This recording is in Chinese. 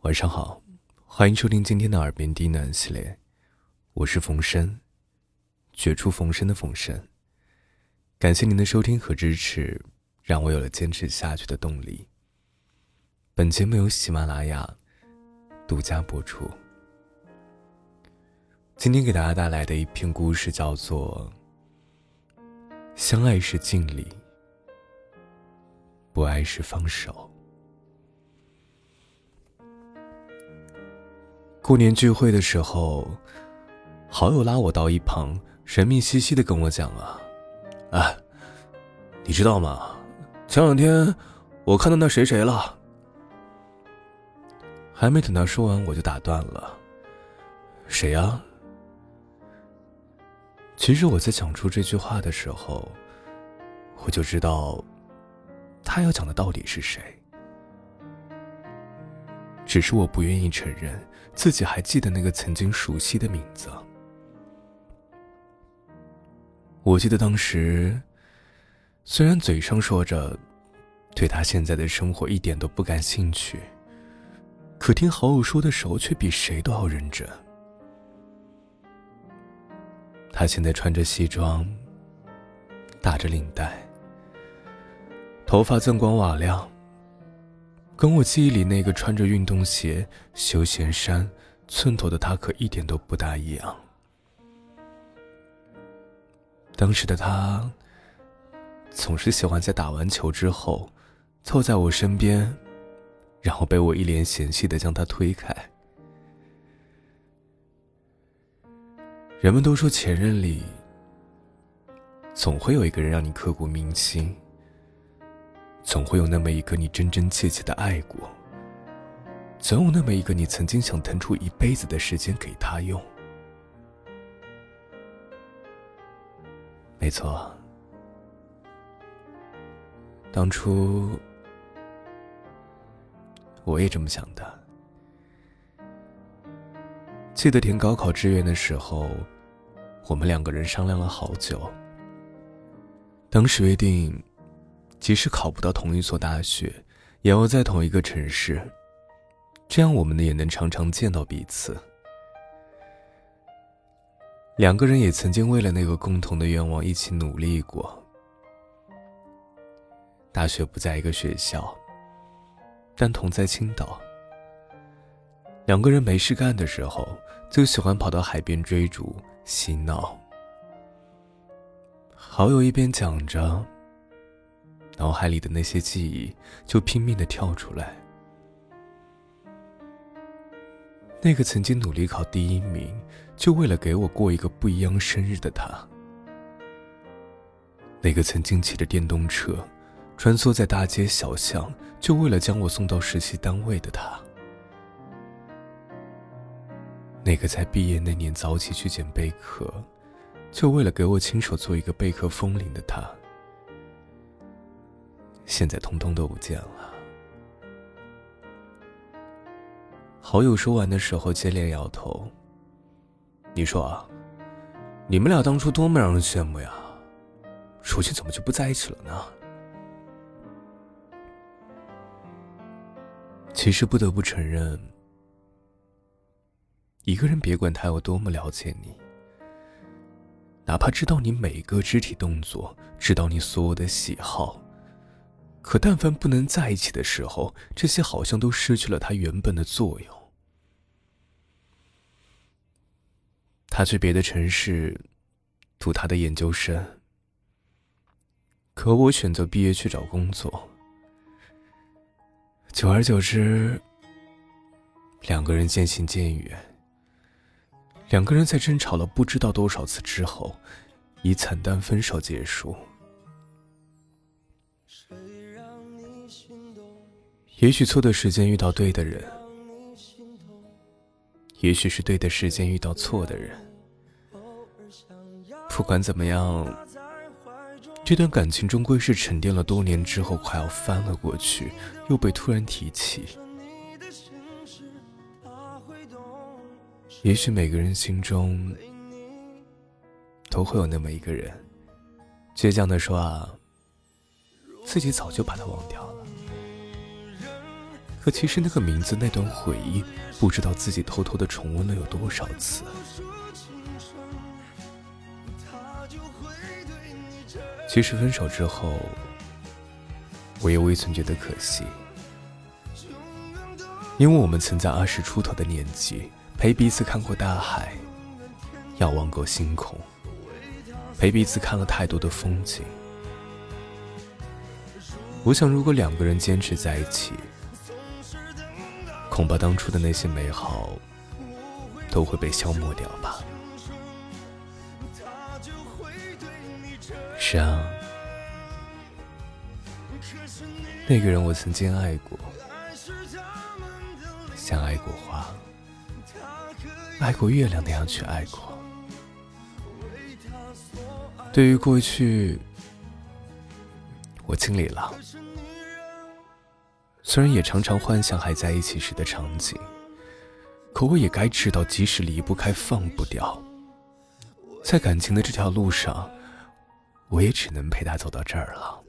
晚上好，欢迎收听今天的耳边低喃系列，我是冯生，绝处逢生的冯生。感谢您的收听和支持，让我有了坚持下去的动力。本节目由喜马拉雅独家播出。今天给大家带来的一篇故事叫做相爱是尽力，不爱是放手。过年聚会的时候，好友拉我到一旁，神秘兮兮地跟我讲你知道吗？前两天我看到那谁了。还没等他说完，我就打断了。谁呀？其实我在讲出这句话的时候，我就知道他要讲的到底是谁，只是我不愿意承认自己还记得那个曾经熟悉的名字。我记得当时虽然嘴上说着对他现在的生活一点都不感兴趣，可听好友说的时候却比谁都要认真。他现在穿着西装，打着领带，头发锃光瓦亮，跟我记忆里那个穿着运动鞋、休闲衫、寸头的他可一点都不大一样。当时的他总是喜欢在打完球之后凑在我身边，然后被我一脸嫌弃地将他推开。人们都说前任里总会有一个人让你刻骨铭心，总会有那么一个你真真切切的爱过，总有那么一个你曾经想腾出一辈子的时间给他用。没错，当初我也这么想的。记得填高考志愿的时候，我们两个人商量了好久。当时约定，即使考不到同一所大学，也要在同一个城市，这样我们也能常常见到彼此。两个人也曾经为了那个共同的愿望一起努力过。大学不在一个学校，但同在青岛。两个人没事干的时候，就喜欢跑到海边追逐嬉闹。好友一边讲着，脑海里的那些记忆就拼命地跳出来。那个曾经努力考第1名，就为了给我过一个不一样生日的他。那个曾经骑着电动车穿梭在大街小巷，就为了将我送到实习单位的他。那个在毕业那年早起去捡贝壳，就为了给我亲手做一个贝壳风铃的他，现在通通都不见了。好友说完的时候接连摇头。你说你们俩当初多么让人羡慕呀，如今怎么就不在一起了呢？其实不得不承认，一个人别管他有多么了解你，哪怕知道你每个肢体动作，知道你所有的喜好，可但凡不能在一起的时候，这些好像都失去了它原本的作用。他去别的城市读他的研究生，可我选择毕业去找工作。久而久之，两个人渐行渐远。两个人在争吵了不知道多少次之后，以惨淡分手结束。也许错的时间遇到对的人，也许是对的时间遇到错的人。不管怎么样，这段感情终归是沉淀了多年之后快要翻了过去，又被突然提起。也许每个人心中都会有那么一个人，倔强地说自己早就把他忘掉了。 可其实那个名字那段回忆，不知道自己偷偷的重温了有多少次。其实分手之后，我也未曾觉得可惜，因为我们曾在20出头的年纪，陪彼此看过大海，遥望过星空，陪彼此看了太多的风景。我想如果2个人坚持在一起，恐怕当初的那些美好都会被消磨掉吧。是啊，那个人我曾经爱过，像爱过花，爱过月亮那样去爱过。对于过去，我尽力了，虽然也常常幻想还在一起时的场景，可我也该知道，即使离不开放不掉，在感情的这条路上，我也只能陪他走到这儿了。